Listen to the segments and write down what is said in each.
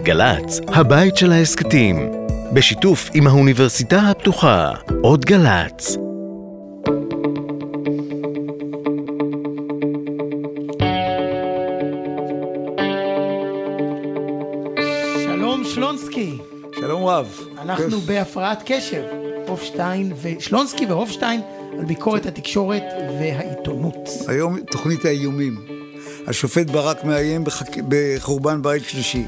גל"צ, הבית של העסקתים, בשיתוף עם האוניברסיטה הפתוחה, עוד גל"צ. שלום שלונסקי. שלום רב. אנחנו בהפרעת קשב, הופשטיין ושלונסקי והופשטיין על ביקורת התקשורת והעיתונות. היום תוכנית האיומים. השופט ברק מאיים בחורבן בית שלישי.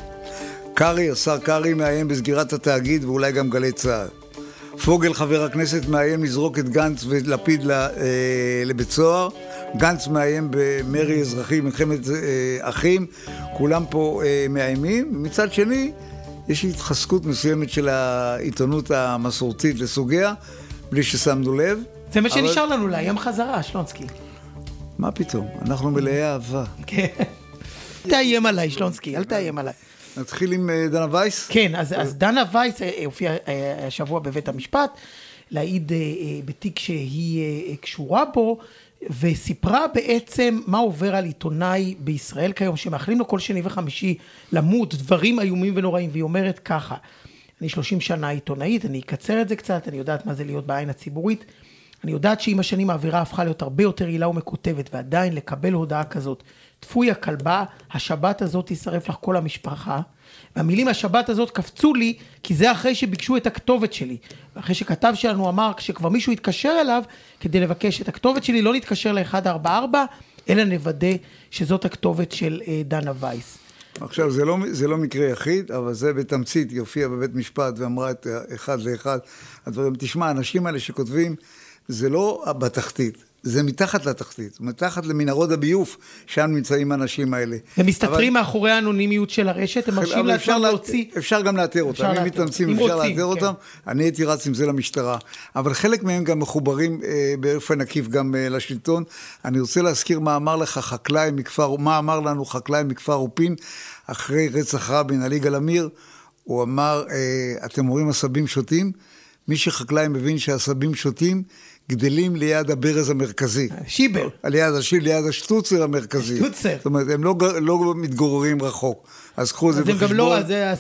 השר קרי מאיים בסגירת התאגיד ואולי גם גלי צה"ל. פוגל חבר הכנסת מאיים לזרוק את גנץ ולפיד לבית סוהר. גנץ מאיים במרי אזרחי, מלחמת אחים. כולם פה מאיימים. מצד שני, יש התחזקות מסוימת של העיתונות המסורתית לסוגיה, בלי ששמנו לב. זה מה שנשאר לנו לאיים חזרה, שלונסקי. מה פתאום? אנחנו מלאי אהבה. כן. אל תאיים עליי, שלונסקי, אל תאיים עליי. נתחיל עם דנה וייס? כן, אז דנה וייס הופיעה השבוע בבית המשפט, להעיד בתיק שהיא קשורה בו, וסיפרה בעצם מה עובר על עיתונאי בישראל כיום, שמאחלים לו כל שני וחמישי למות, דברים איומים ונוראים, והיא אומרת ככה, אני 30 שנה עיתונאית, אני אקצר את זה קצת, אני יודעת מה זה להיות בעין הציבורית, אני יודעת שעם השנים האווירה הפכה להיות הרבה יותר עילה ומקוטבת, ועדיין לקבל הודעה כזאת, תפוי הכלבה, השבת הזאת תשרף לך כל המשפחה, והמילים השבת הזאת קפצו לי, כי זה אחרי שביקשו את הכתובת שלי, ואחרי שכתב שלנו אמר, כשכבר מישהו התקשר אליו, כדי לבקש את הכתובת שלי, לא נתקשר ל-144, אלא נוודא שזאת הכתובת של דנה וייס. עכשיו, זה לא מקרה יחיד, אבל זה בתמצית, היא הופיעה בבית משפט, ואמרה את אחד לאחד, הדברים, תשמע, האנשים האלה שכותבים, זה לא בתחתית, זה מתחת לתחתית, מתחת למנהרות הביוף, שם נמצאים האנשים האלה. הם מסתתרים מאחורי האנונימיות של הרשת, הם מרשים לעצמם להוציא. אפשר גם לאתר אותם, אם מתאמצים אפשר לאתר אותם, אני הייתי רץ עם זה למשטרה, אבל חלק מהם גם מחוברים באופן עקיף גם לשלטון. אני רוצה להזכיר מה אמר לנו חקלאי מכפר אופין, אחרי רצח רבין על יגאל עמיר, הוא אמר, אתם אומרים עשבים שוטים, מי שחקלאי מבין שהעשבים שוטים, גדלים ליד הברז המרכזי. שיבר. ליד השטוצר המרכזי. שטוצר. זאת אומרת, הם לא מתגוררים רחוק. אז קחו את זה בחשבון. אז הם גם לא,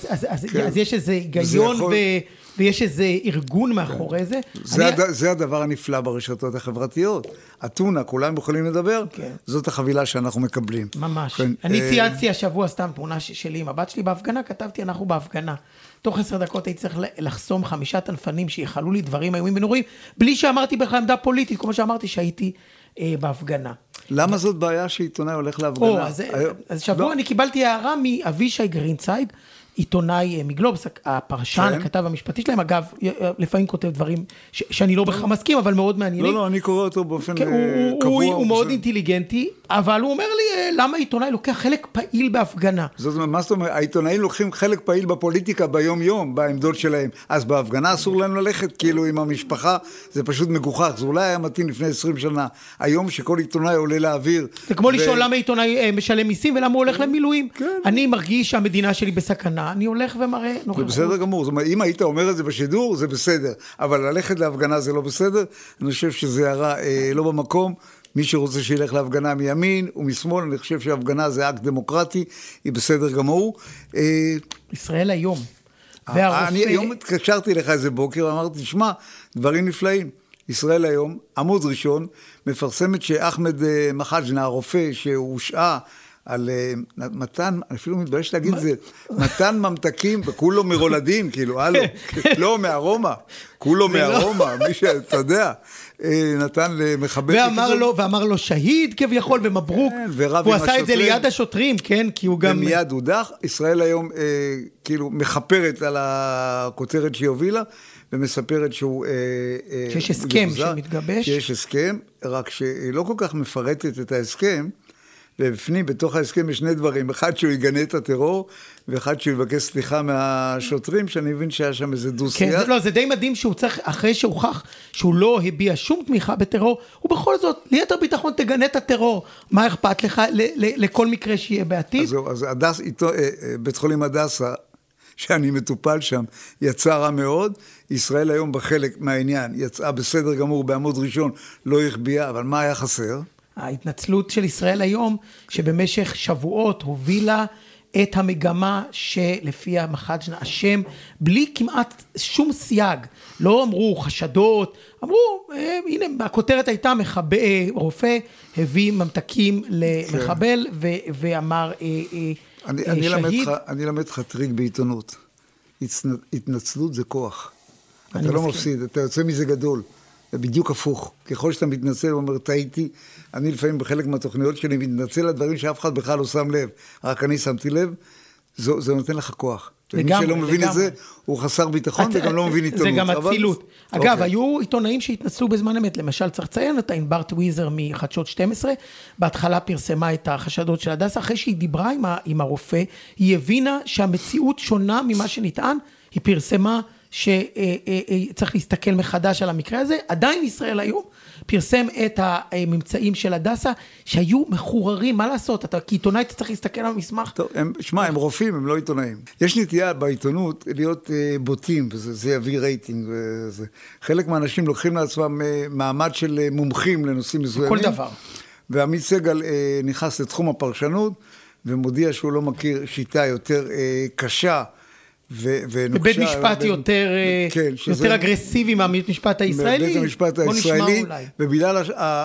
אז יש איזה היגיון ויש איזה ארגון מאחורי זה. זה הדבר הנפלא ברשתות החברתיות. אתונה, כולם יכולים לדבר. זאת החבילה שאנחנו מקבלים. ממש. אני צייצתי השבוע סתם תמונה שלי עם הבת שלי בהפגנה, כתבתי אנחנו בהפגנה. תוך 10 דקות הייתי צריך לחסום 5 תנפנים שיחלו לי דברים איומים ונוראים, בלי שאמרתי בכלל עמדה פוליטית, כמו שאמרתי שהייתי בהפגנה. למה זאת בעיה שעיתונאי הולך להפגנה? אז שבוע אני קיבלתי הערה מאבישי גרינצייג, עיתונאי מגלובס, הפרשן, הכתב המשפטי שלהם, אגב, לפעמים כותב דברים שאני לא בכלל מסכים, אבל מאוד מעניינים. לא, אני קורא אותו באופן קבוע. הוא מאוד אינטליגנטי, אבל הוא אומר לי, למה עיתונאי לוקח חלק פעיל בהפגנה? מה זאת אומרת? העיתונאים לוקחים חלק פעיל בפוליטיקה ביום יום, בעמדות שלהם. אז בהפגנה אסור לנו ללכת, כאילו עם המשפחה, זה פשוט מגוחך. זה אולי היה מתאים לפני 20 שנה. היום שכל עיתונאי עולה לאוויר. זה כמו לשאול למה עיתונאי משלם מיסים ולמה הוא הולך למילואים. אני מרגיש שהמדינה שלי בסכנה, אני הולך ומראה זה בסדר גמור, זאת אומרת, אם היית אומר את זה בשידור, זה בסדר, אבל ללכת להפגנה זה לא בסדר, אני חושב שזה הרע לא במקום, מי שרוצה שילך להפגנה מימין ומשמאל, אני חושב שההפגנה זה אקט דמוקרטי, היא בסדר גמור. ישראל היום. אני היום התקשרתי לך איזה בוקר, ואמרתי, תשמע, דברים נפלאים. ישראל היום, עמוד ראשון, מפרסמת שאחמד מחאג'נה, הרופא שהושעה, על מתן, אני אפילו מתבייש להגיד את זה, מתן ממתקים, וכולו מרולדים, כאילו, לא מהרומא, כולו מהרומא, מי שאתה יודע, נתן למחבל. ואמר לו שהיד כביכול ומברוק, הוא עשה את זה ליד השוטרים, כן, כי הוא גם... ומיד הודח, ישראל היום כאילו מחפרת על הכותרת שהיא הובילה, ומספרת שהוא... שיש הסכם שמתגבש. שיש הסכם, רק שהיא לא כל כך מפרטת את ההסכם, ובפנים, בתוך ההסכם יש 2 דברים, אחד שהוא יגנה את הטרור, ואחד שהוא יבקש סליחה מהשוטרים, שאני מבין שהיה שם איזה דו-שיח. כן, זה די מדהים שהוא צריך, אחרי שהוכח שהוא לא הביע שום תמיכה בטרור, הוא בכל זאת, ליתר ביטחון תגנה את הטרור, מה אכפת לך לכל מקרה שיהיה בעתיד? אז בית חולים הדסה, שאני מטופל שם, יצא רע מאוד, ישראל היום בחלק מהעניין, יצאה בסדר גמור, בעמוד ראשון, לא הכביע, אבל מה היה חסר? ההתנצלות של ישראל היום, שבמשך שבועות הובילה את המגמה שלפי המח"ג'נה אשם, בלי כמעט שום סייג. לא אמרו חשדות, אמרו, הנה, הכותרת הייתה רופא הביא ממתקים למחבל ואמר שהיד. אני למד לך טריק בעיתונות. התנצלות זה כוח. אתה לא מפסיד, אתה יוצא מזה גדול. זה בדיוק הפוך. ככל שאתה מתנצל, הוא אומר, טעיתי. אני לפעמים בחלק מהתוכניות שלי מתנצל על דברים שאף אחד בכלל לא שם לב. רק אני שמתי לב, זה נותן לך כוח. מי שלא מבין את זה, הוא חסר ביטחון וגם לא מבין עיתונות. זה גם הצילות. אגב, היו עיתונאים שהתנצלו בזמן אמת. למשל, צריך לציין את ענבר טוויזר מחדשות 12. בהתחלה פרסמה את החשדות של הדסה. אחרי שהיא דיברה עם הרופא, היא הבינה שהמציאות שונה ממה שנטען. היא פרסמה שצריך להסתכל מחדש על המקרה הזה. עדיין ישראל היום פרסם את הממצאים של הדסה, שהיו מחוררים, מה לעשות? אתה כעיתונאי אתה צריך להסתכל על המסמך. טוב, הם רופאים, הם לא עיתונאים. יש נטייה בעיתונות להיות בוטים, וזה יביא רייטינג. חלק מהאנשים לוקחים לעצמם מעמד של מומחים לנושאים מסוימים. כל דבר. ועמית סגל נכנס לתחום הפרשנות, ומודיע שהוא לא מכיר שיטה יותר קשה, בבית משפט יותר אגרסיבי מהבית משפט הישראלי. בבית המשפט הישראלי, ובגלל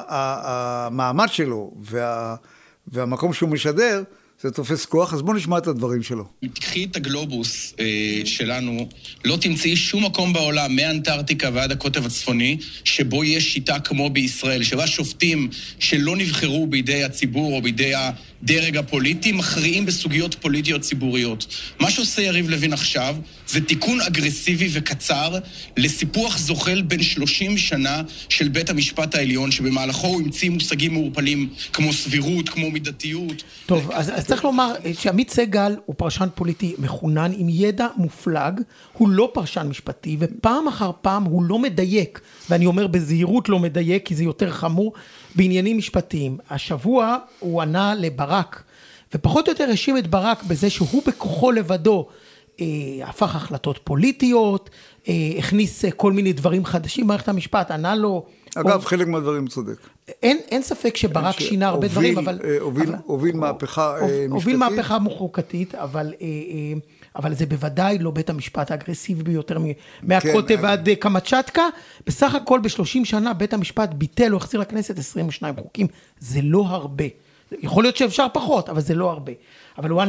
המעמד שלו והמקום שהוא משדר, זה תופס כוח, אז בוא נשמע את הדברים שלו. תקחי את הגלובוס שלנו, לא תמצאי שום מקום בעולם, מאנטארקטיקה ועד הקוטב הצפוני, שבו יש שיטה כמו בישראל, שבה שופטים שלא נבחרו בידי הציבור או בידי הדרג הפוליטי, מכריעים בסוגיות פוליטיות ציבוריות. מה שעושה יריב לוין עכשיו, זה תיקון אגרסיבי וקצר לסיפוח זוחל בין 30 שנה של בית המשפט העליון, שבמהלכו הוא המציא מושגים מעורפלים כמו סבירות, כמו מידתיות. טוב, אז צריך לומר שעמית סגל הוא פרשן פוליטי מחונן עם ידע מופלג, הוא לא פרשן משפטי, ופעם אחר פעם הוא לא מדייק, ואני אומר בזהירות לא מדייק, כי זה יותר חמור, בעניינים משפטיים. השבוע הוא ענה לברק, ופחות או יותר האשים את ברק בזה שהוא בכוחו לבדו, הפך החלטות פוליטיות, הכניס כל מיני דברים חדשים במערכת המשפט, ענה לו... אגב, חלק מהדברים צודק. אין ספק שברק שינה הרבה דברים, אבל... הוביל מהפכה משפטית. הוביל מהפכה חוקתית, אבל זה בוודאי לא בית המשפט האגרסיבי ביותר מהקוטב ועד קמצ'טקה. בסך הכל ב-30 שנה בית המשפט ביטל או החזיר לכנסת 22 חוקים. זה לא הרבה. יכול להיות שאפשר פחות, אבל זה לא הרבה. אבל הוא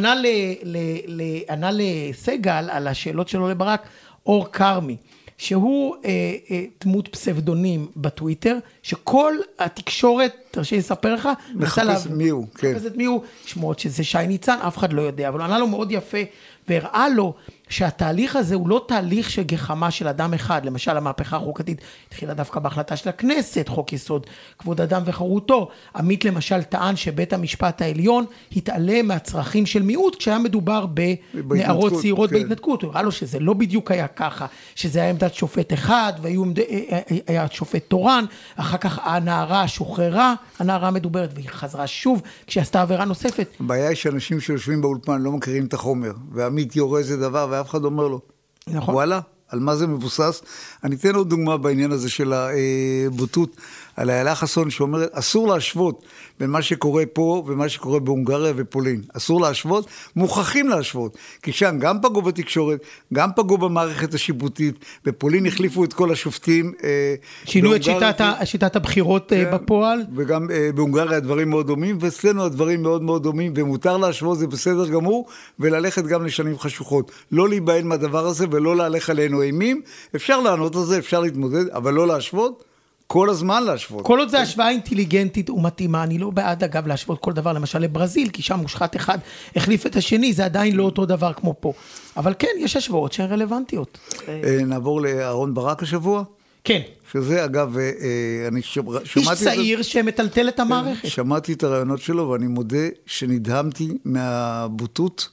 ענה לסגל על השאלות שלו לברק, אור קרמי, שהוא דמות פסבדונים בטוויטר, שכל התקשורת, תרשי לספר לך, מחפש מי הוא, כן. מחפשת מי הוא, שמות שזה שי ניצן, אף אחד לא יודע, אבל הוא ענה לו מאוד יפה, והראה לו שהתהליך הזה הוא לא תהליך של גחמה של אדם אחד, למשל המהפכה החוקתית התחילה דווקא בהחלטה של הכנסת, חוק יסוד כבוד אדם וחירותו. עמית למשל טען שבית המשפט העליון התעלם מהצרכים של מיעוט, כשהיה מדובר בנערות צעירות בהתנתקות. הוא הראה לו שזה לא בדיוק היה ככה, שזה היה עמדת שופט אחד, והיה שופט תורן, אחר כך הנערה שוחררה, הנערה מדוברת, והיא חזרה שוב כשעשתה עבירה נוספת. הבעיה היא שאנשים שיושבים באולפן לא מכירים את החומר, ועמית יורה איזה דבר, ואף אחד אומר לו. נכון. וואלה, על מה זה מבוסס? אני אתן עוד דוגמה בעניין הזה של הבוטות, על איילה חסון שאומרת, אסור להשוות בין מה שקורה פה ומה שקורה בהונגריה ופולין. אסור להשוות, מוכרחים להשוות. כי שם גם פגעו בתקשורת, גם פגעו במערכת השיפוטית, בפולין החליפו את כל השופטים. שינו את שיטת הבחירות בפועל. וגם בהונגריה הדברים מאוד דומים, ואצלנו הדברים מאוד מאוד דומים, ומותר להשוות, זה בסדר גמור, וללכת גם לשנים חשוכות. לא להיבהל מהדבר הזה, ולא להלך עלינו אימים. אפשר לענות על זה, אפשר להתמודד, אבל לא להשוות. כל הזמן להשוות. כל עוד זה השוואה אינטליגנטית ומתאימה, אני לא בעד אגב להשוות כל דבר, למשל לברזיל, כי שם מושחת אחד החליף את השני, זה עדיין לא אותו דבר כמו פה. אבל כן, יש השוואות שהן רלוונטיות. נעבור לאהרון ברק השבוע? כן. שזה אגב, אני שמעתי... איש צעיר שמטלטל את המערכת. שמעתי את הרעיונות שלו, ואני מודה שנדהמתי מהבוטות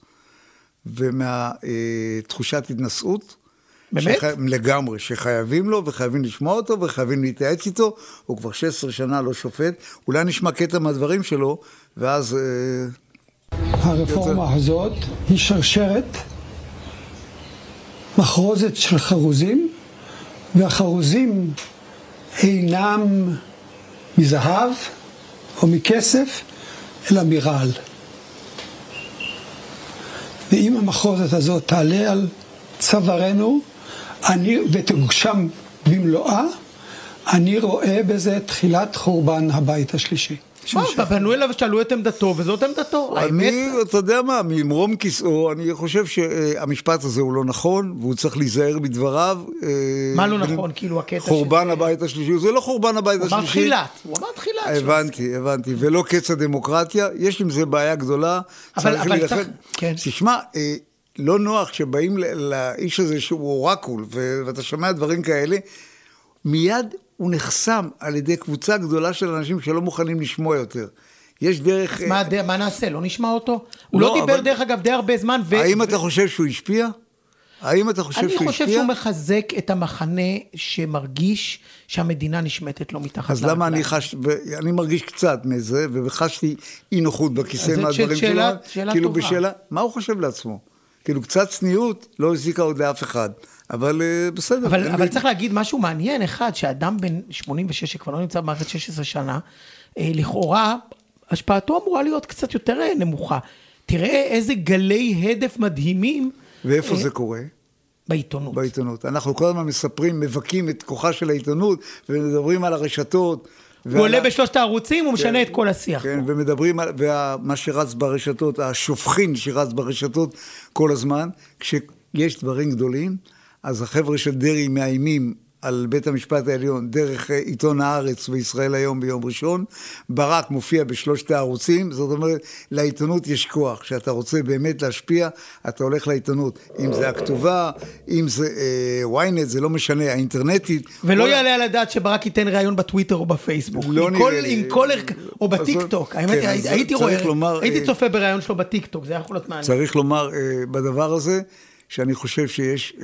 ומהתחושת התנסות, באמת? לגמרי, שחייבים לו וחייבים לשמוע אותו וחייבים להתייעץ איתו, הוא כבר 16 שנה לא שופט, אולי נשמע קטע מהדברים שלו, ואז... הרפורמה הזאת היא שרשרת מחרוזת של חרוזים, והחרוזים אינם מזהב או מכסף, אלא מרעל. ואם המחוזת הזאת תעלה על צווארנו, ותגושם במלואה, אני רואה בזה תחילת חורבן הבית השלישי. פנו אליו ושאלו את עמדתו, וזאת עמדתו. אתה יודע מה, ממרום כיסאו, אני חושב שהמשפט הזה הוא לא נכון, והוא צריך להיזהר בדבריו. מה לא נכון? כאילו הקטע חורבן הבית השלישי, זה לא חורבן הבית השלישי. הוא אמר תחילת. הבנתי, ולא קץ הדמוקרטיה, יש עם זה בעיה גדולה. אבל צריך, כן. תשמע, לא נוח שבאים לאיש הזה שהוא אורקול, ואתה שומע דברים כאלה, מיד הוא נחסם על ידי קבוצה גדולה של אנשים שלא מוכנים לשמוע יותר. יש דרך... מה נעשה? לא נשמע אותו? הוא לא דיבר דרך אגב די הרבה זמן. האם אתה חושב שהוא השפיע? אני חושב שהוא מחזק את המחנה שמרגיש שהמדינה נשמטת לו מתחת אז למה אני מרגיש קצת מזה, וחשתי אי נוחות בכיסא מהדברים שלו. שאלה טובה. מה הוא חושב לעצמו? כאילו קצת צניעות לא הזיקה עוד לאף אחד. אבל בסדר. אבל צריך להגיד משהו מעניין אחד, שאדם בן 86 שכבר לא נמצא במערכת 16 שנה, לכאורה, השפעתו אמורה להיות קצת יותר נמוכה. תראה איזה גלי הדף מדהימים. ואיפה זה קורה? בעיתונות. בעיתונות. אנחנו כל הזמן מספרים, מבקים את כוחה של העיתונות, ומדברים על הרשתות. הוא עולה בשלושת הערוצים, הוא משנה את כל השיח. כן, ומדברים על מה שרץ ברשתות, השופכין שרץ ברשתות כל הזמן, כשיש דברים גדולים, אז החבר'ה של דרי מאיימים על בית המשפט העליון דרך עיתון הארץ וישראל היום ביום ראשון. ברק מופיע בשלושת הערוצים, זאת אומרת, לעיתונות יש כוח. כשאתה רוצה באמת להשפיע, אתה הולך לעיתונות. אם זה הכתובה, אם זה ynet, זה לא משנה, האינטרנטית. ולא יעלה על הדעת שברק ייתן ראיון בטוויטר או בפייסבוק. או בטיקטוק. הייתי צופה בראיון שלו בטיקטוק, זה יכול להיות מעניין. צריך לומר בדבר הזה, שאני חושב שיש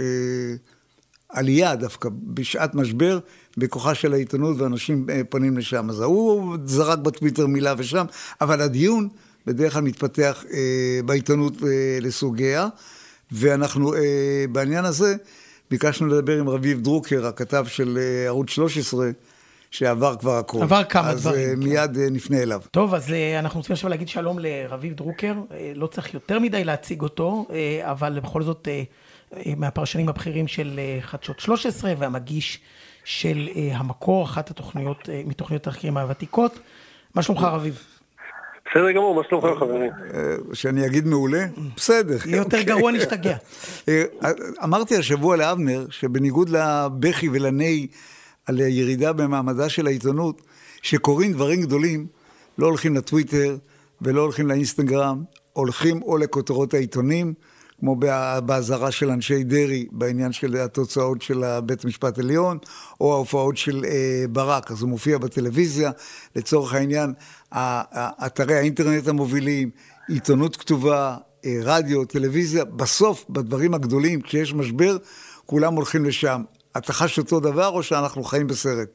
עלייה דווקא בשעת משבר, בכוחה של העיתונות, ואנשים פונים לשם. אז הוא זרק בטוויטר מילה ושם, אבל הדיון בדרך כלל מתפתח בעיתונות לסוגיה, ואנחנו בעניין הזה ביקשנו לדבר עם רביב דרוקר, הכתב של ערוץ 13, שעבר כבר הכל. עבר כמה דברים. אז מיד נפנה אליו. טוב, אז אנחנו רוצים עכשיו להגיד שלום לרביב דרוקר, לא צריך יותר מדי להציג אותו, אבל בכל זאת מהפרשנים הבכירים של חדשות 13, והמגיש של המקור, אחת התוכניות, מתוכניות התחקירים הוותיקות. מה שלומך רביב? בסדר גמור, מה שלומך חברים? שאני אגיד מעולה? בסדר. יהיה יותר גרוע נשתגע. אמרתי השבוע לאבנר, שבניגוד לבכי ולני, על הירידה במעמדה של העיתונות, שקוראים דברים גדולים, לא הולכים לטוויטר ולא הולכים לאינסטגרם, הולכים או לכותרות העיתונים, כמו בהזרה של אנשי דרי, בעניין של התוצאות של בית המשפט העליון, או ההופעות של ברק, אז הוא מופיע בטלוויזיה, לצורך העניין, אתרי האינטרנט המובילים, עיתונות כתובה, רדיו, טלוויזיה, בסוף, בדברים הגדולים, כשיש משבר, כולם הולכים לשם. אתה חש אותו דבר או שאנחנו חיים בסרט?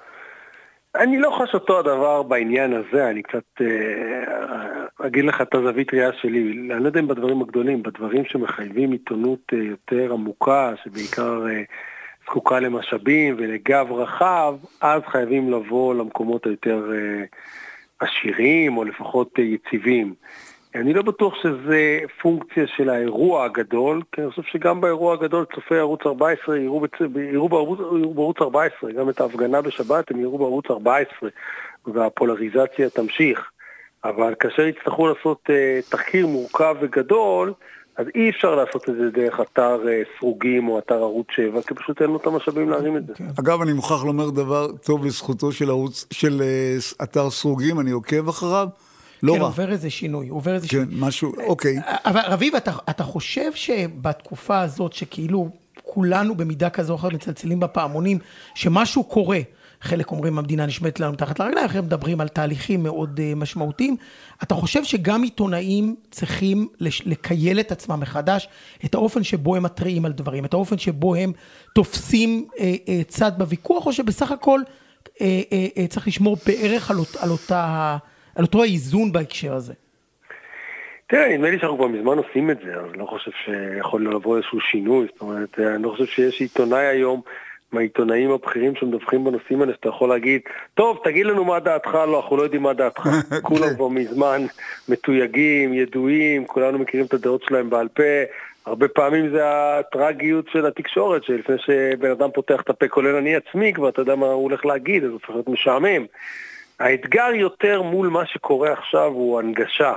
אני לא חש אותו הדבר בעניין הזה, אני קצת אגיד לך את הזווית ראייה שלי, אני לא יודע אם בדברים הגדולים, בדברים שמחייבים עיתונות יותר עמוקה, שבעיקר זקוקה למשאבים ולגב רחב, אז חייבים לבוא למקומות היותר עשירים או לפחות יציבים. אני לא בטוח שזה פונקציה של האירוע הגדול, כי אני חושב שגם באירוע הגדול צופי ערוץ 14 יראו בערוץ 14, גם את ההפגנה בשבת הם יראו בערוץ 14, והפולריזציה תמשיך. אבל כאשר יצטרכו לעשות תחקיר מורכב וגדול, אז אי אפשר לעשות את זה דרך אתר סרוגים או אתר ערוץ 7, כי פשוט אין לו את המשאבים להרים את זה. אגב, אני מוכרח לומר דבר טוב לזכותו של אתר סרוגים, אני עוקב אחריו, לא כן, עובר איזה שינוי, כן, משהו, אוקיי. אבל רביב, אתה חושב שבתקופה הזאת, שכאילו כולנו במידה כזו או אחרת מצלצלים בפעמונים, שמשהו קורה, חלק אומרים המדינה נשמט לנו תחת לרגליים, אחרי מדברים על תהליכים מאוד משמעותיים, אתה חושב שגם עיתונאים צריכים לקייל את עצמם מחדש, את האופן שבו הם מטריעים על דברים, את האופן שבו הם תופסים צד בוויכוח, או שבסך הכל צריך לשמור בערך על אותו האיזון בהקשר הזה? תראה, נדמה לי שאנחנו כבר מזמן עושים את זה, אז לא חושב שיכול לבוא איזשהו שינוי, זאת אומרת, אני לא חושב שיש עיתונאי היום מהעיתונאים הבכירים שמדווחים בנושאים האלה, שאתה יכול להגיד, טוב, תגיד לנו מה דעתך, לא, אנחנו לא יודעים מה דעתך. כולם כבר מזמן מתויגים, ידועים, כולנו מכירים את הדעות שלהם בעל פה, הרבה פעמים זה הטרגיות של התקשורת, שלפני שבן אדם פותח את הפה, כולל אני עצמי כבר, אתה יודע מה הוא הולך להגיד, אז הוא צריך להיות משעמם. האתגר יותר מול מה שקורה עכשיו הוא הנגשה.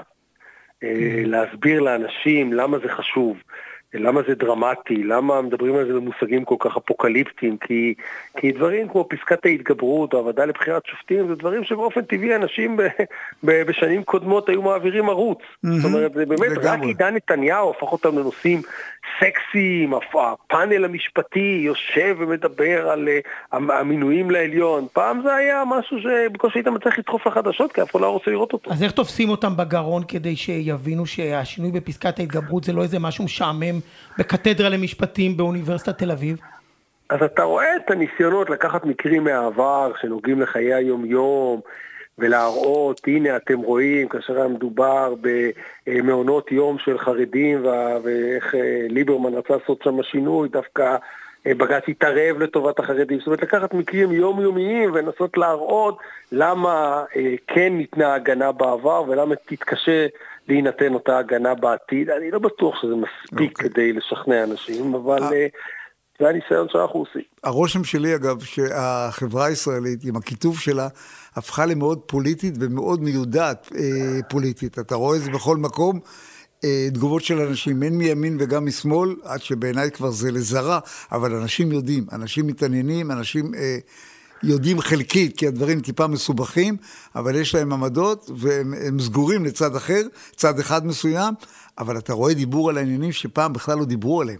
להסביר לאנשים למה זה חשוב, למה זה דרמטי, למה מדברים על זה במושגים כל כך אפוקליפטיים, כי דברים כמו פסקת ההתגברות או הוועדה לבחירת שופטים, זה דברים שבאופן טבעי אנשים בשנים קודמות היו מעבירים ערוץ. זאת אומרת, זה באמת רק עידן נתניהו הפך אותם לנושאים סקסיים, הפאנל המשפטי יושב ומדבר על המינויים לעליון. פעם זה היה משהו שבקושי היית מצליח לדחוף לחדשות, כי אף אחד לא רוצה לראות אותו. אז איך תופסים אותם בגרון כדי שיבינו שהשינוי בפסקת ההתגברות זה לא איזה משהו משעמם בקתדרה למשפטים באוניברסיטת תל אביב? אז אתה רואה את הניסיונות לקחת מקרים מהעבר שנוגעים לחיי היום-יום, ולהראות, הנה אתם רואים, כאשר היה מדובר במעונות יום של חרדים, ואיך ליברמן רצה לעשות שם שינוי, דווקא בג"ץ התערב לטובת החרדים. זאת אומרת, לקחת מקרים יומיומיים ולנסות להראות למה כן ניתנה הגנה בעבר, ולמה תתקשה להינתן אותה הגנה בעתיד. אני לא בטוח שזה מספיק כדי לשכנע אנשים, אבל זה הניסיון שאנחנו עושים. הרושם שלי אגב, שהחברה הישראלית עם הכיתוב שלה, הפכה למאוד פוליטית ומאוד מיודעת פוליטית. אתה רואה את זה בכל מקום, תגובות של אנשים, אין מימין וגם משמאל, עד שבעיניי כבר זה לזרה, אבל אנשים יודעים, אנשים מתעניינים, אנשים יודעים חלקית, כי הדברים טיפה מסובכים, אבל יש להם עמדות, והם סגורים לצד אחר, צד אחד מסוים, אבל אתה רואה דיבור על העניינים שפעם בכלל לא דיברו עליהם.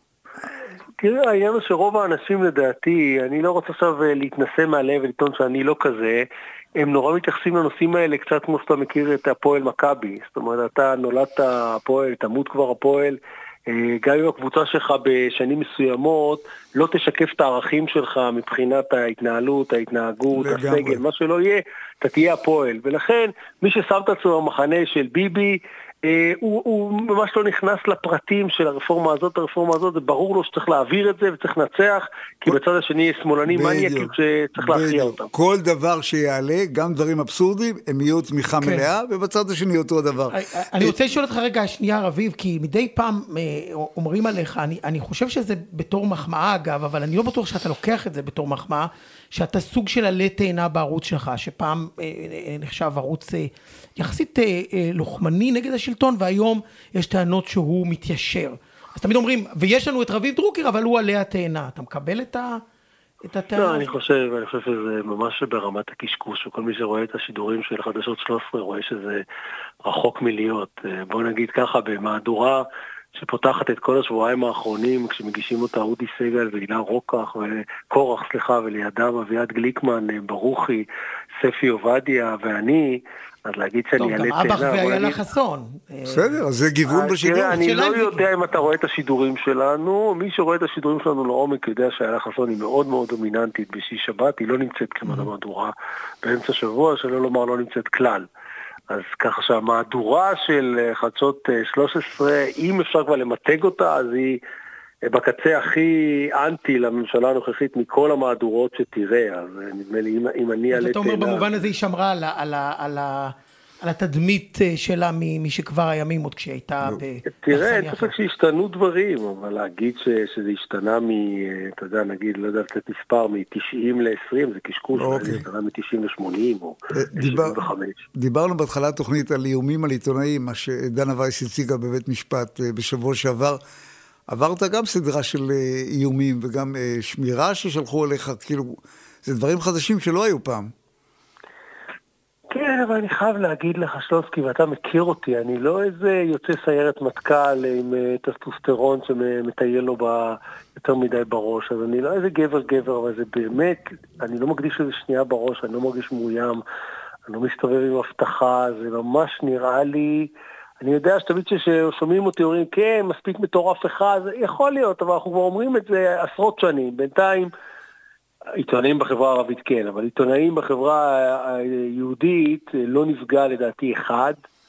תראה, העניין הוא שרוב האנשים לדעתי, אני לא רוצה עכשיו להתנסה מהלב ולטעון שאני לא כזה, הם נורא מתייחסים לנושאים האלה קצת כמו שאתה מכיר את הפועל מכבי. זאת אומרת, אתה נולדת הפועל, תמות כבר הפועל, גם אם הקבוצה שלך בשנים מסוימות לא תשקף את הערכים שלך מבחינת ההתנהלות, ההתנהגות, הסגל, מה שלא יהיה, אתה תהיה הפועל. ולכן, מי ששם את עצמו במחנה של ביבי, הוא ממש לא נכנס לפרטים של הרפורמה הזאת, זה ברור לו שצריך להעביר את זה וצריך לנצח, כי בצד השני יש שמאלנים מניאקים שצריך להכריע אותם. כל דבר שיעלה, גם דברים אבסורדים, הם יהיו תמיכה מלאה, ובצד השני אותו דבר. אני רוצה לשאול אותך רגע שנייה רביב, כי מדי פעם אומרים עליך, אני חושב שזה בתור מחמאה אגב, אבל אני לא בטוח שאתה לוקח את זה בתור מחמאה, שאתה סוג של עלה תאנה בערוץ שלך, שפעם נחשב ערוץ יחסית לוחמני נגד השלטון, והיום יש טענות שהוא מתיישר. אז תמיד אומרים, ויש לנו את רביב דרוקר, אבל הוא עלה התאנה. אתה מקבל את הטענה? לא, אני חושב שזה ממש ברמת הקשקוש, וכל מי שרואה את השידורים של חדשות 13 רואה שזה רחוק מלהיות. בוא נגיד ככה, במהדורה שפותחת את כל השבועיים האחרונים, כשמגישים אותה אודי סגל ואילן רוקח, וקורח, ולידם אביעד גליקמן, ברוכי, ספי עובדיה ואני, אז להגיד שאני אעלה תאנה. גם אבח ואיילה חסון. בסדר, אז זה גיוון בשידור. אני לא יודע אם אתה רואה את השידורים שלנו, מי שרואה את השידורים שלנו לעומק יודע שאיילה חסון היא מאוד מאוד דומיננטית בשישי שבת, היא לא נמצאת כמעט במהדורה באמצע שבוע, שלא לומר לא נמצאת כלל. אז ככה שהמהדורה של חדשות 13, אם אפשר כבר למתג אותה, אז היא בקצה הכי אנטי לממשלה הנוכחית מכל המהדורות שתראה. אז נדמה לי, אם אני עליתי... אתה אומר במובן הזה היא שמרה על התדמית שלה משכבר הימים עוד כשהיא הייתה... תראה, אין ספק שהשתנו דברים, אבל להגיד שזה השתנה אתה יודע, נגיד, לא יודע לתת מספר, מ-90 ל-20, זה קשקוש, זה השתנה מ-90 ל-80 או 25. דיברנו בהתחלת תוכנית על איומים על עיתונאים, מה שדנה וייס הציגה בבית משפט בשבוע שעבר. עברת גם סדרה של איומים וגם שמירה ששלחו עליך, כאילו, זה דברים חדשים שלא היו פעם. כן, אבל אני חייב להגיד לך, שלונסקי, ואתה מכיר אותי, אני לא איזה יוצא סיירת מטכ"ל עם טסטוסטרון שמטייל לו יותר מדי בראש, אז אני לא איזה גבר, אבל זה באמת, אני לא מקדיש איזה שנייה בראש, אני לא מרגיש מאוים, אני לא מסתובב עם הבטחה, זה ממש נראה לי, אני יודע שתמיד ששומעים אותי אומרים, כן, מספיק מטורף אחד, זה יכול להיות, אבל אנחנו כבר אומרים את זה עשרות שנים, בינתיים, עיתונאים בחברה הערבית כן, אבל עיתונאים בחברה היהודית לא נפגע לדעתי אחד,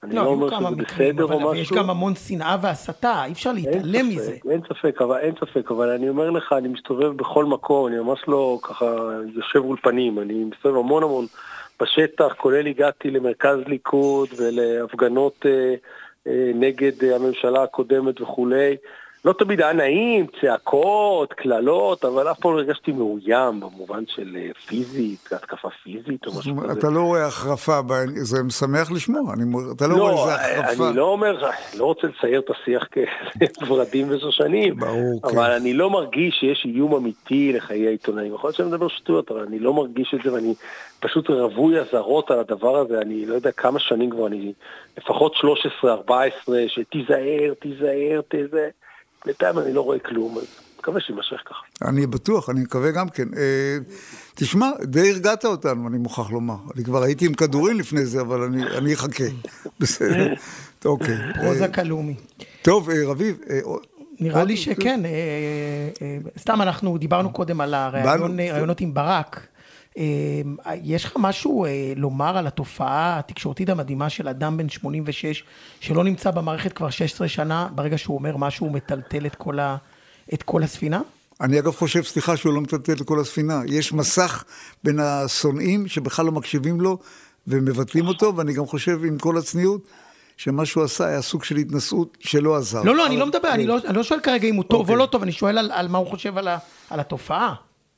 אני לא אומר שזה בסדר או משהו. יש גם המון שנאה והסתה, אי אפשר להתעלם מזה. אין ספק, אבל אני אומר לך, אני מסתובב בכל מקום, אני ממש לא ככה יושב אולפנים, אני מסתובב המון בשטח, כולל הגעתי למרכז ליכוד ולהפגנות נגד הממשלה הקודמת וכולי. לא תמיד היה נעים, צעקות, כללות, אבל אף פעם לא הרגשתי מאוים במובן של פיזית, התקפה פיזית או משהו כזה. אתה לא רואה החרפה, זה משמח לשמוע, אתה לא רואה איזה החרפה. אני לא אומר, לא רוצה לצייר את השיח כברדים ושושנים, אבל אני לא מרגיש שיש איום אמיתי לחיי העיתונאים. יכול להיות שאני מדבר שטויות, אבל אני לא מרגיש את זה, ואני פשוט רווי הזרות על הדבר הזה, אני לא יודע כמה שנים כבר, אני לפחות 13, 14, שתיזהר, בינתיים אני לא רואה כלום, אז מקווה שימשך ככה. אני בטוח, אני מקווה גם כן. תשמע, די הרגעת אותנו, אני מוכרח לומר. אני כבר הייתי עם כדורים לפני זה, אבל אני אחכה. בסדר. אוקיי. פרוזה קלומי. טוב, רביב. נראה לי שכן. סתם אנחנו דיברנו קודם על הרעיונות עם ברק. יש לך משהו לומר על התופעה התקשורתית המדהימה של אדם בן 86 שלא נמצא במערכת כבר 16 שנה, ברגע שהוא אומר משהו הוא מטלטל את כל הספינה? אני אגב חושב, סליחה, שהוא לא מטלטל את כל הספינה. יש מסך בין השונאים שבכלל לא מקשיבים לו ומבטלים אותו, ואני גם חושב עם כל הצניעות שמה שהוא עשה היה סוג של התנסות שלא עזר. לא, אני לא מדבר, אני לא שואל כרגע אם הוא טוב או לא טוב, אני שואל על מה הוא חושב על התופעה.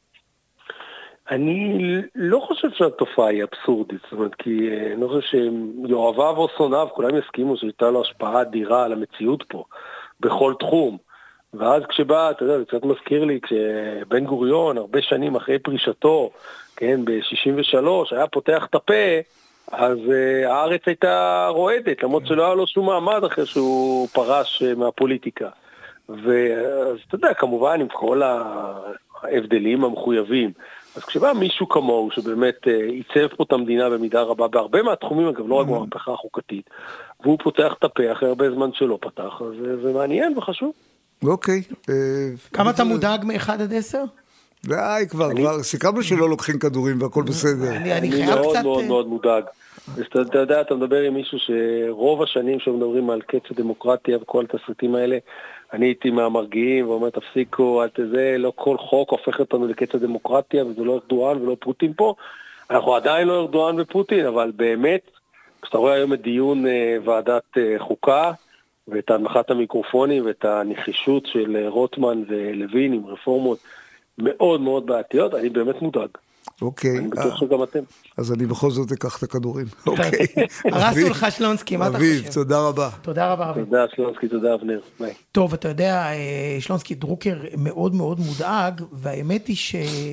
אני לא חושב שהתופעה היא אבסורדית, זאת אומרת, כי אני חושב שיואביו או שונאיו, כולם יסכימו שהייתה לו השפעה אדירה על המציאות פה, בכל תחום. ואז כשבא, אתה יודע, זה קצת מזכיר לי, כשבן גוריון, הרבה שנים אחרי פרישתו, כן, ב-63, היה פותח את הפה, אז הארץ הייתה רועדת, למרות שלא היה לו שום מעמד אחרי שהוא פרש מהפוליטיקה. ואז אתה יודע, כמובן, עם כל ההבדלים המחויבים, אז כשבא מישהו כמוהו, שבאמת ייצב פה את המדינה במידה רבה, בהרבה מהתחומים, אגב, לא רק במהפכה החוקתית, והוא פותח את הפה אחרי הרבה זמן שלא פתח, אז זה מעניין וחשוב. אוקיי. כמה אתה מודאג מ-1 עד 10? די, כבר סיכמנו שלא לוקחים כדורים והכל בסדר. אני חייב קצת... מאוד מאוד מאוד מודאג. אתה יודע, אתה מדבר עם מישהו שרוב השנים שמדברים על קץ הדמוקרטיה וכל התסריטים האלה, אני הייתי מהמרגיעים ואומר, תפסיקו, לא כל חוק הופך אותנו לקץ הדמוקרטיה, וזה לא ארדואן ולא פוטין פה. אנחנו עדיין לא ארדואן ופוטין, אבל באמת, כשאתה רואה היום את דיון ועדת חוקה, ואת הנמכת המיקרופונים, ואת הנחישות של רוטמן ולוין עם רפורמות מאוד מאוד בעתיות, אני באמת מודאג. אוקיי. אני בטוח שגם אתם. אז אני בכל זאת אקח את הכדורים. אוקיי. הרסנו לך שלונסקי, מה אתה חושב? אביב, תודה רבה. תודה רבה, אביב. תודה שלונסקי, תודה אבנר. ביי. טוב, אתה יודע, שלונסקי, דרוקר מאוד מאוד מודאג, והאמת היא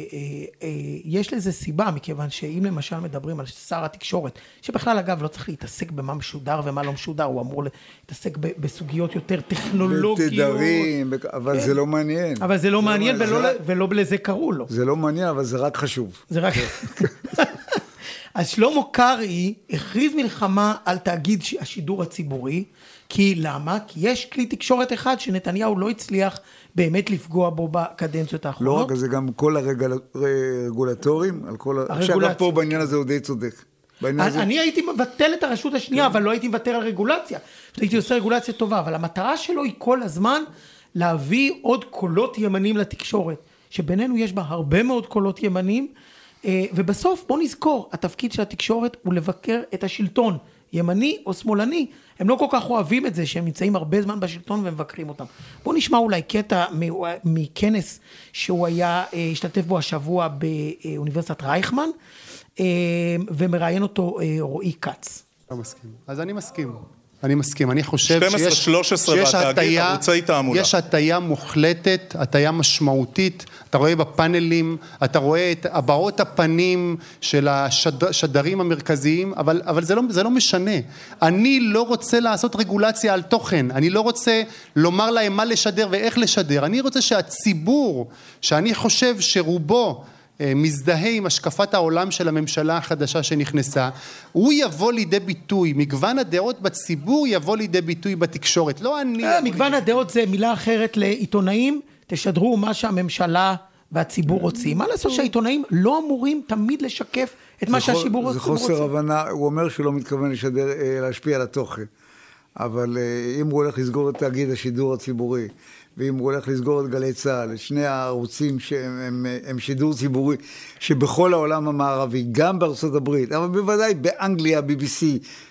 שיש לזה סיבה, מכיוון שאם למשל מדברים על שר התקשורת, שבכלל אגב לא צריך להתעסק במה משודר ומה לא משודר, הוא אמור להתעסק בסוגיות יותר טכנולוגיות. בתדרים, אבל זה לא מעניין. אבל זה לא מעניין ולא לזה קראו לו. זה לא מעניין, אבל זה רק חשוב. זה רק... אז שלמה קרעי הכריז מלחמה על תאגיד השידור הציבורי, כי למה? כי יש כלי תקשורת אחד שנתניהו לא הצליח באמת לפגוע בו בקדנציות האחרונות. לא רק, זה גם כל הרגולטורים, עכשיו פה בעניין הזה הוא די צודק. אני הייתי מבטל את הרשות השנייה, אבל לא הייתי מבטל על רגולציה. הייתי עושה רגולציה טובה, אבל המטרה שלו היא כל הזמן להביא עוד קולות ימנים לתקשורת, שבינינו יש בה הרבה מאוד קולות ימנים, ובסוף בוא נזכור, התפקיד של התקשורת הוא לבקר את השלטון, ימני או שמאלני, הם לא כל כך אוהבים את זה, שהם נמצאים הרבה זמן בשלטון ומבקרים אותם. בוא נשמע אולי קטע מכנס שהוא השתתף בו השבוע באוניברסיטת רייכמן, ומראיין אותו רועי קץ. לא מסכים. אז אני מסכים. אני חושב שיש הטיה מוחלטת, הטיה משמעותית. אתה רואה בפאנלים, אתה רואה את הבעות הפנים של השדרים המרכזיים, אבל זה לא משנה. אני לא רוצה לעשות רגולציה על תוכן. אני לא רוצה לומר להם מה לשדר ואיך לשדר. אני רוצה שהציבור, שאני חושב שרובו מזדהה עם השקפת העולם של הממשלה החדשה שנכנסה, הוא יבוא לידי ביטוי, מגוון הדעות בציבור יבוא לידי ביטוי בתקשורת, לא אני... מגוון הדעות זה מילה אחרת לעיתונאים, תשדרו מה שהממשלה והציבור רוצים. מה לעשות שהעיתונאים לא אמורים תמיד לשקף את מה שהציבור רוצה? זה חוסר הבנה, הוא אומר שהוא לא מתכוון להשפיע על התוכן. אבל אם הוא הולך לסגור את תאגיד השידור הציבורי, ואם הוא הולך לסגור את גלי צהל, את שני הערוצים שהם שידור ציבורי, שבכל העולם המערבי, גם בארצות הברית, אבל בוודאי באנגליה, BBC,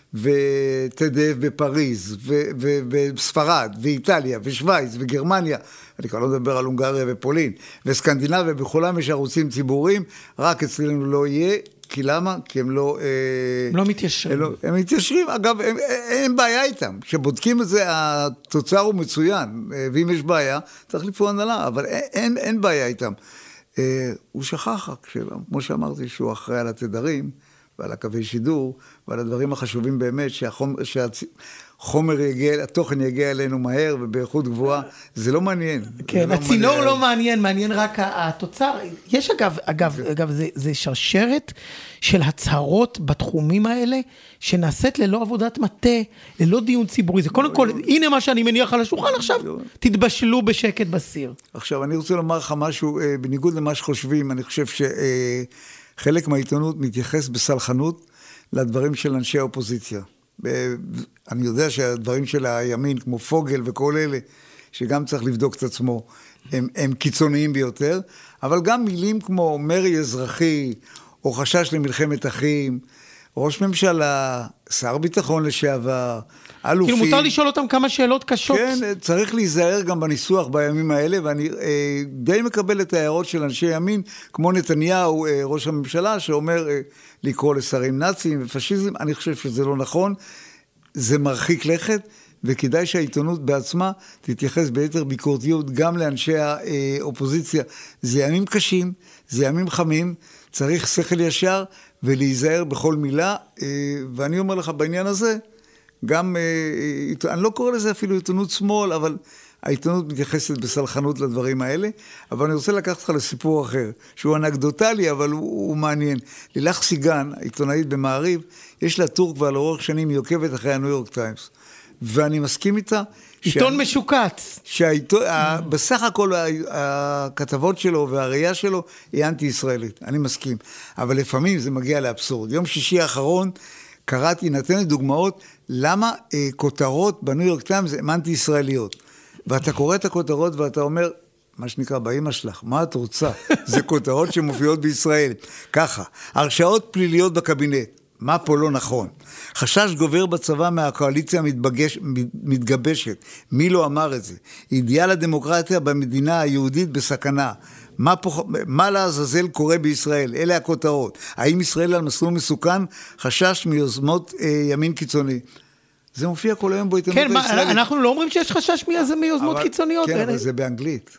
ותדף בפריז, ובספרד, ואיטליה, ושוויץ, וגרמניה, אני כבר לא מדבר על הונגריה ופולין, וסקנדינביה, בכולם יש ערוצים ציבוריים, רק אצלנו לא יהיה, כי למה? כי הם לא מתיישרים. הם מתיישרים, אגב, אין בעיה איתם. כשבודקים את זה, התוצר הוא מצוין, ואם יש בעיה, צריך לפעול הנהלה, אבל אין בעיה איתם. הוא שכח, כמו שאמרתי, שהוא אחראי על התדרים, ועל הקווי שידור, ועל הדברים החשובים באמת, שהחומר יגיע, התוכן יגיע אלינו מהר ובאיכות גבוהה, זה לא מעניין. כן, הצינור לא מעניין, מעניין רק התוצר. יש אגב, זה שרשרת של הצהרות בתחומים האלה, שנעשית ללא עבודת מטה, ללא דיון ציבורי. זה קודם כל, הנה מה שאני מניח על השולחן עכשיו, תתבשלו בשקט בסיר. עכשיו, אני רוצה לומר לך משהו, בניגוד למה שחושבים, אני חושב חלק מהעיתונות מתייחס בסלחנות לדברים של אנשי האופוזיציה. אני יודע שהדברים של הימין, כמו פוגל וכל אלה, שגם צריך לבדוק את עצמו, הם קיצוניים ביותר, אבל גם מילים כמו מרי אזרחי, או חשש למלחמת אחים, ראש ממשלה, שר ביטחון לשעבר, אלופים. כאילו מותר לשאול אותם כמה שאלות קשות. כן, צריך להיזהר גם בניסוח בימים האלה, ואני די מקבל את ההערות של אנשי ימין, כמו נתניהו, ראש הממשלה, שאומר לקרוא לשרים נאצים ופשיזם. אני חושב שזה לא נכון, זה מרחיק לכת, וכדאי שהעיתונות בעצמה תתייחס ביתר ביקורתיות גם לאנשי האופוזיציה. זה ימים קשים, זה ימים חמים, צריך שכל ישר ולהיזהר בכל מילה, ואני אומר לך בעניין הזה, גם, אני לא קורא לזה אפילו עיתונות שמאל, אבל העיתונות מתייחסת בסלחנות לדברים האלה, אבל אני רוצה לקחת אותך לסיפור אחר, שהוא אנקדוטלי, אבל הוא מעניין. לילך סיגן, העיתונאית במעריב, יש לה טור כבר לאורך שנים, היא עוקבת אחרי הניו יורק טיימס, ואני מסכים איתה, עיתון משוקץ. בסך הכל הכתבות שלו והראייה שלו היא אנטי-ישראלית, אני מסכים. אבל לפעמים זה מגיע לאבסורד. יום שישי האחרון קראתי, נתנת דוגמאות, למה כותרות בניו יורק טיימס הן אנטי-ישראליות. ואתה קורא את הכותרות ואתה אומר, מה שנקרא, באמא שלך, מה את רוצה? זה כותרות שמופיעות בישראל. ככה, הרשעות פליליות בקבינט. מה פה לא נכון? חשש גובר בצבא מהקואליציה מתגבשת. מי לא אמר את זה? אידיאל הדמוקרטיה במדינה היהודית בסכנה. מה לעזאזל קורה בישראל? אלה הכותרות. האם ישראל על מסלול מסוכן? חשש מיוזמות ימין קיצוני. זה מופיע כל היום בעיתונות הישראלית. כן, אנחנו לא אומרים שיש חשש מיוזמות קיצוניות. כן, אבל זה באנגלית.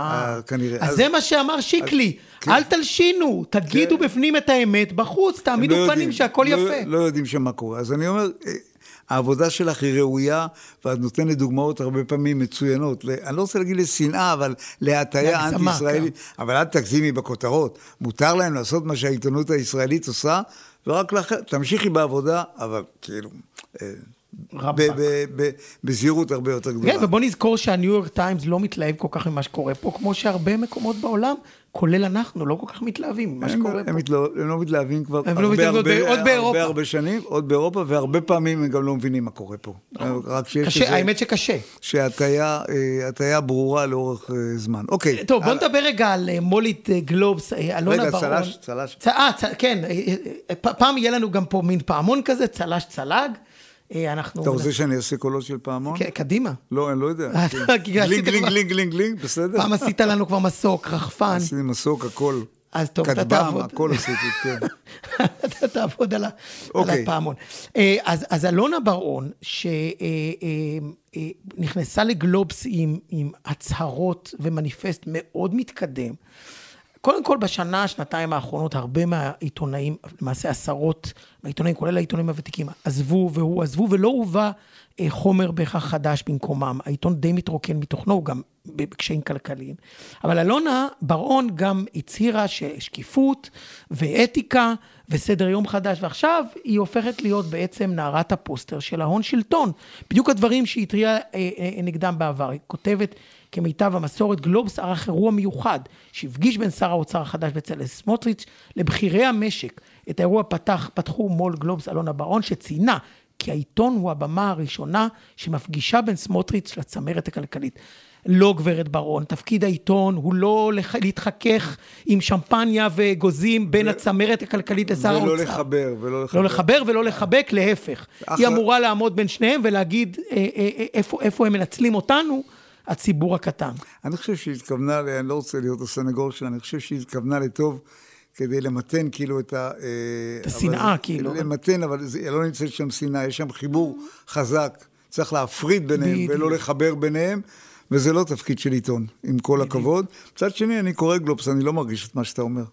אז זה מה שאמר שיקלי, אל תלשינו, תגידו בפנים את האמת, בחוץ תעמידו פנים שהכל יפה. לא יודעים שמה קורה, אז אני אומר, העבודה שלך היא ראויה, ואת נותנת דוגמאות הרבה פעמים מצוינות, אני לא רוצה להגיד לשנאה, אבל להטיה אנטי-ישראלית, אבל אל תגזימי בכותרות, מותר להם לעשות מה שהעיתונות הישראלית עושה, ורק תמשיכי בעבודה, אבל כאילו... בזהירות הרבה יותר גדולה. כן, ובוא נזכור שהניו יורק טיימס לא מתלהב כל כך ממה שקורה פה, כמו שהרבה מקומות בעולם, כולל אנחנו, לא כל כך מתלהבים ממה שקורה פה. הם לא מתלהבים כבר הרבה שנים, עוד באירופה, והרבה פעמים הם גם לא מבינים מה קורה פה. האמת שקשה. שהטיה ברורה לאורך זמן. אוקיי. טוב, בוא נדבר רגע על מולית גלובס, אלונה ברון. רגע, צלש. כן, פעם יהיה לנו גם פה מין פעמון כזה, צלש צלג. אתה רוצה שאני אעשה קולות של פעמון? קדימה. לא, אני לא יודע. גלינג, בסדר? פעם עשית לנו כבר מסוק, רחפן. עשיתי מסוק, הכל. אז טוב, אתה תעבוד. הכל עשיתי, כן. אתה תעבוד על הפעמון. אז אלונה ברון, שנכנסה לגלובס עם הצהרות ומניפסט מאוד מתקדם, קודם כל שנתיים האחרונות, הרבה מהעיתונאים, למעשה עשרות מהעיתונאים, כולל העיתונאים הוותיקים, עזבו, ולא הובא חומר בהכרח חדש במקומם. העיתון די מתרוקן מתוכנו, הוא גם בקשיים כלכליים. אבל אלונה ברון גם הצהירה ששקיפות ואתיקה וסדר יום חדש, ועכשיו היא הופכת להיות בעצם נערת הפוסטר של ההון שלטון. בדיוק הדברים שהיא התריעה נגדם בעבר. היא כותבת כמיטב המסורת, גלובס ערך אירוע מיוחד, שהפגיש בין שר האוצר החדש בצלאל סמוטריץ' לבכירי המשק. את האירוע פתחו מול גלובס אלונה ברון, שציינה כי העיתון הוא הבמה הראשונה שמפגישה בין סמוטריץ' לצמרת הכלכלית. לא גברת ברון, תפקיד העיתון הוא לא להתחכך עם שמפניה וגוזים בין הצמרת הכלכלית לשר האוצר. ולא לחבר, לא לחבר ולא לחבק, להפך. היא אמורה לעמוד בין שניהם ולהגיד איפה הם מנצלים אותנו, הציבור הקטן. אני חושב שהיא התכוונה, אני לא רוצה להיות הסנגור שלה, אני חושב שהיא התכוונה לטוב, כדי למתן כאילו את השנאה כאילו. למתן, אבל לא נמצאת שם שנאה, יש שם חיבור חזק, צריך להפריד ביניהם ולא לחבר ביניהם, וזה לא תפקיד של עיתון, עם כל הכבוד. מצד שני, אני קורא גלובס, אני לא מרגיש את מה שאתה אומר.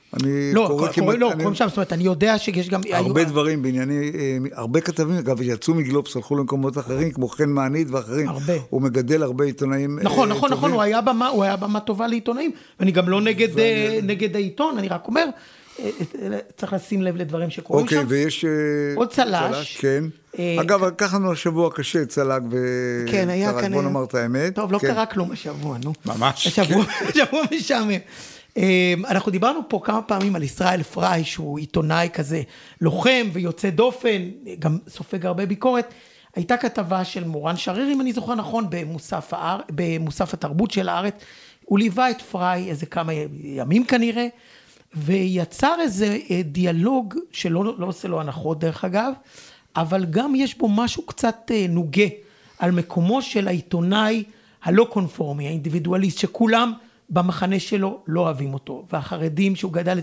קוראים שם, זאת אומרת, אני יודע שיש גם... הרבה דברים בענייני, הרבה כתבים, אגב, יצאו מגלובס, הלכו למקומות אחרים, כמו חן מענית ואחרים. הרבה. הוא מגדל הרבה עיתונאים. נכון, הוא היה במה טובה לעיתונאים, ואני גם לא נגד העיתון, אני רק אומר, צריך לשים לב לדברים שקורים שם. אוקיי, ויש... עוד צל"ש. כן. אגב, לקח לנו השבוע קשה, צל"ג וצל"ג, בוא נאמר את האמת. טוב, לא קרה כלום השבוע, נו. ממש. השבוע משעמם. אנחנו דיברנו פה כמה פעמים על ישראל פריי, שהוא עיתונאי כזה לוחם ויוצא דופן, גם סופג הרבה ביקורת. הייתה כתבה של מורן שריר, אם אני זוכר נכון, במוסף התרבות של הארץ. הוא ליווה את פריי איזה כמה ימים כנראה, ויצר איזה דיאלוג שלא עושה לו הנחות דרך אגב, אבל גם יש בו משהו קצת נוגה על מקומו של העיתונאי הלא קונפורמי, האינדיבידואליסט, שכולם במחנה שלו לא אוהבים אותו, והחרדים שהוא גדל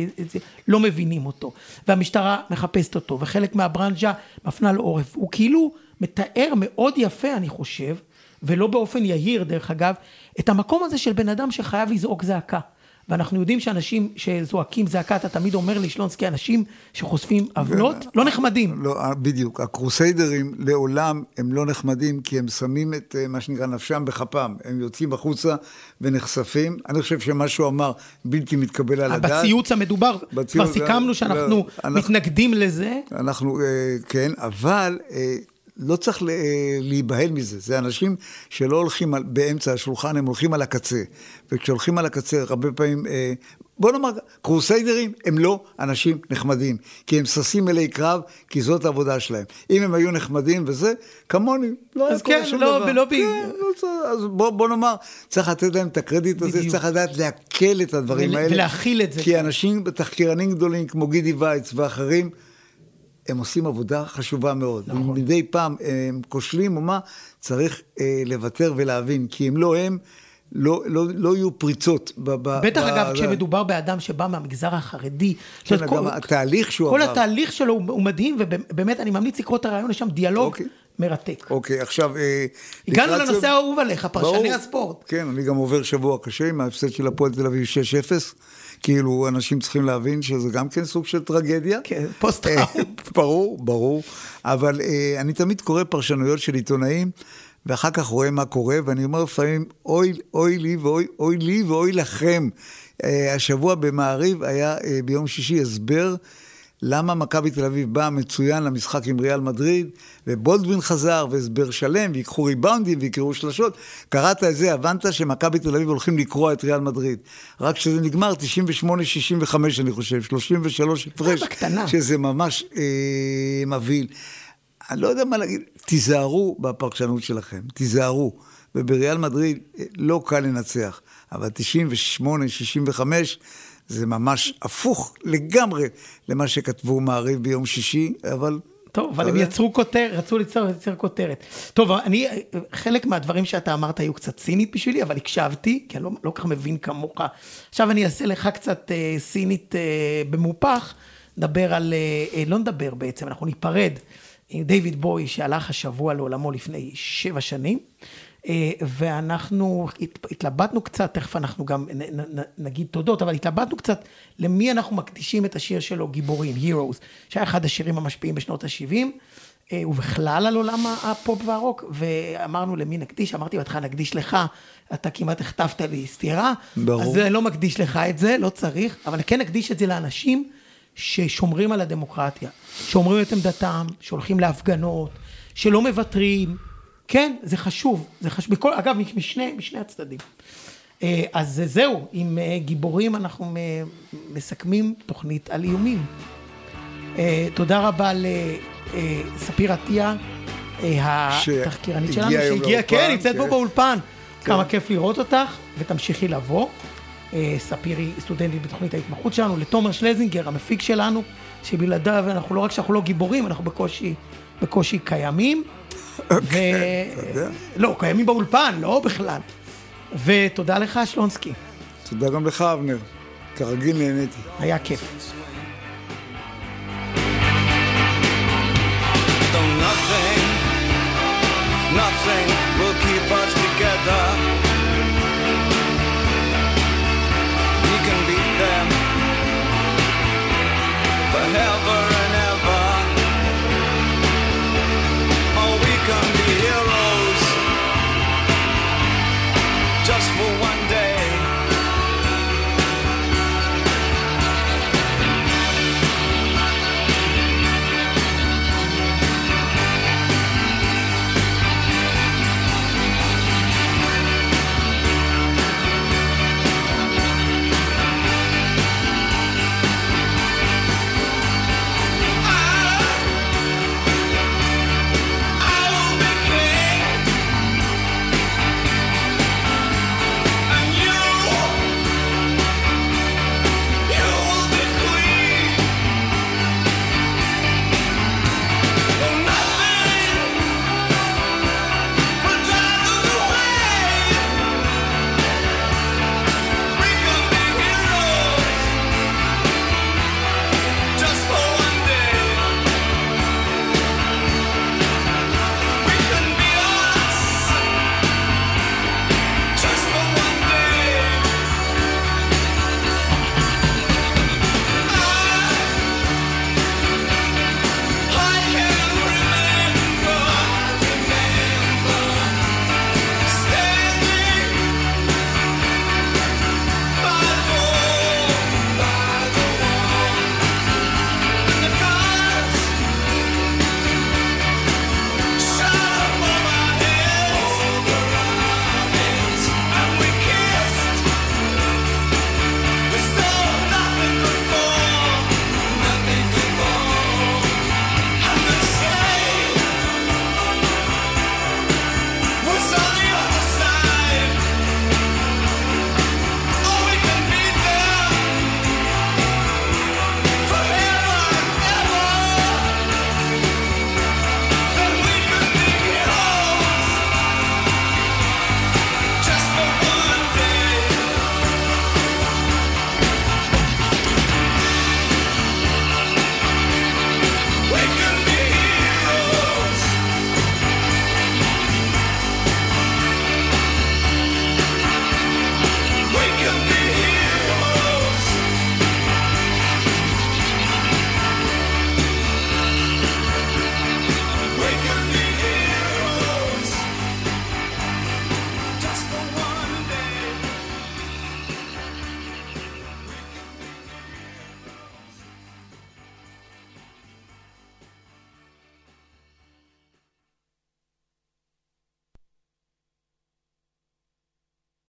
לא מבינים אותו, והמשטרה מחפשת אותו, וחלק מהברנז'ה מפנה לו עורף. הוא כאילו מתאר מאוד יפה, אני חושב, ולא באופן יהיר דרך אגב, את המקום הזה של בן אדם שחייב לזעוק זעקה. ואנחנו יודעים שאנשים שזועקים זעקה, אתה תמיד אומר לי, שלונסקי, אנשים שחושפים עוולות, לא נחמדים. לא, בדיוק. הקרוסיידרים לעולם הם לא נחמדים, כי הם שמים את מה שנקרא נפשם בחפם. הם יוצאים החוצה ונחשפים. אני חושב שמה שהוא אמר בלתי מתקבל על הדעת. בציוץ המדובר, כבר סיכמנו שאנחנו מתנגדים לזה. אנחנו, כן, אבל... לא צריך להיבהל מזה, זה אנשים שלא הולכים באמצע השולחן, הם הולכים על הקצה, וכשהולכים על הקצה, הרבה פעמים, בוא נאמר, קרוסיידרים הם לא אנשים נחמדים, כי הם ששים אלי קרב, כי זאת העבודה שלהם. אם הם היו נחמדים וזה, כמוני, לא היה קורה שום דבר. אז בוא נאמר, צריך לתת להם את הקרדיט הזה, צריך לדעת להקל את הדברים האלה. ולהכיל את זה. כי אנשים, תחקירנים גדולים, כמו גידי וייץ ואחרים, הם עושים עבודה חשובה מאוד. נכון. מדי פעם הם כושלים או מה, צריך לוותר ולהבין, כי אם לא הם, לא יהיו פריצות. בטח אגב, כשמדובר באדם שבא מהמגזר החרדי, כן, אגב, התהליך שהוא עבר. כל התהליך שלו הוא מדהים, ובאמת אני ממליץ לקרוא את הרעיון, יש שם דיאלוג מרתק. אוקיי, עכשיו... הגענו לנושא האהוב עליך, פרשני הספורט. כן, אני גם עובר שבוע קשה, עם ההפסד של הפועל תל אביב 6-0, כאילו אנשים צריכים להבין שזה גם כן סוג של טרגדיה. כן, פוסט-טראום. ברור. אבל אני תמיד קורא פרשנויות של עיתונאים, ואחר כך רואה מה קורה, ואני אומר לפעמים, אוי לי ואוי לכם. השבוע במעריב היה ביום שישי הסבר, למה מכבי תל אביב בא מצוין למשחק עם ריאל מדריד, ובולדווין חזר, והסבר שלם, ויקחו ריבאונדים, ויקראו שלשות. קראת את זה, הבנת שמכבי תל אביב הולכים לקרוא את ריאל מדריד. רק שזה נגמר 98-65, אני חושב, 33 הפרש, שזה ממש מבהיל. אני לא יודע מה להגיד, תיזהרו בפרשנות שלכם, תיזהרו. ובריאל מדריד לא קל לנצח, אבל 98-65, זה ממש הפוך לגמרי למה שכתבו מעריב ביום שישי, אבל... טוב, אבל הם יצרו כותרת, רצו ליצור כותרת. טוב, חלק מהדברים שאתה אמרת היו קצת סינית בשבילי, אבל הקשבתי, כי אני לא כך מבין כמוך. עכשיו אני אעשה לך קצת סינית במופח, נדבר על, לא נדבר בעצם, אנחנו ניפרד עם דיוויד בוי, שהלך השבוע לעולמו לפני 7 שנים, ואנחנו התלבטנו קצת, תכף אנחנו גם נגיד תודות, אבל התלבטנו קצת למי אנחנו מקדישים את השיר שלו, גיבורים, Heroes, שהיה אחד השירים המשפיעים בשנות ה-70, ובכלל על עולם הפופ והרוק, ואמרנו למי נקדיש, אמרתי בתך נקדיש לך, אתה כמעט הכתבת לי סתירה, אז אני לא מקדיש לך את זה, לא צריך, אבל כן נקדיש את זה לאנשים ששומרים על הדמוקרטיה, שאומרים את עמדתם, שהולכים להפגנות, שלא מוותרים, כן, זה חשוב. אגב, משני הצדדים. אז זהו, עם גיבורים אנחנו מסכמים תוכנית על איומים. תודה רבה לספיר עטיה, התחקירנית שלנו, שהגיעה, כן, נמצאת פה באולפן. כמה כיף לראות אותך, ותמשיכי לבוא. ספיר היא סטודנטית בתוכנית ההתמחות שלנו, לתומר שלזינגר, המפיק שלנו, שבלעדיו אנחנו לא רק שאנחנו לא גיבורים, אנחנו בקושי קיימים. לא, קיימים באולפן, לא בכלל. ותודה לך, שלונסקי. תודה גם לך, אבנר. כרגיל נהניתי. היה כיף. Nothing will keep us together. We can beat them forever and ever. Oh, we can be heroes just for one day.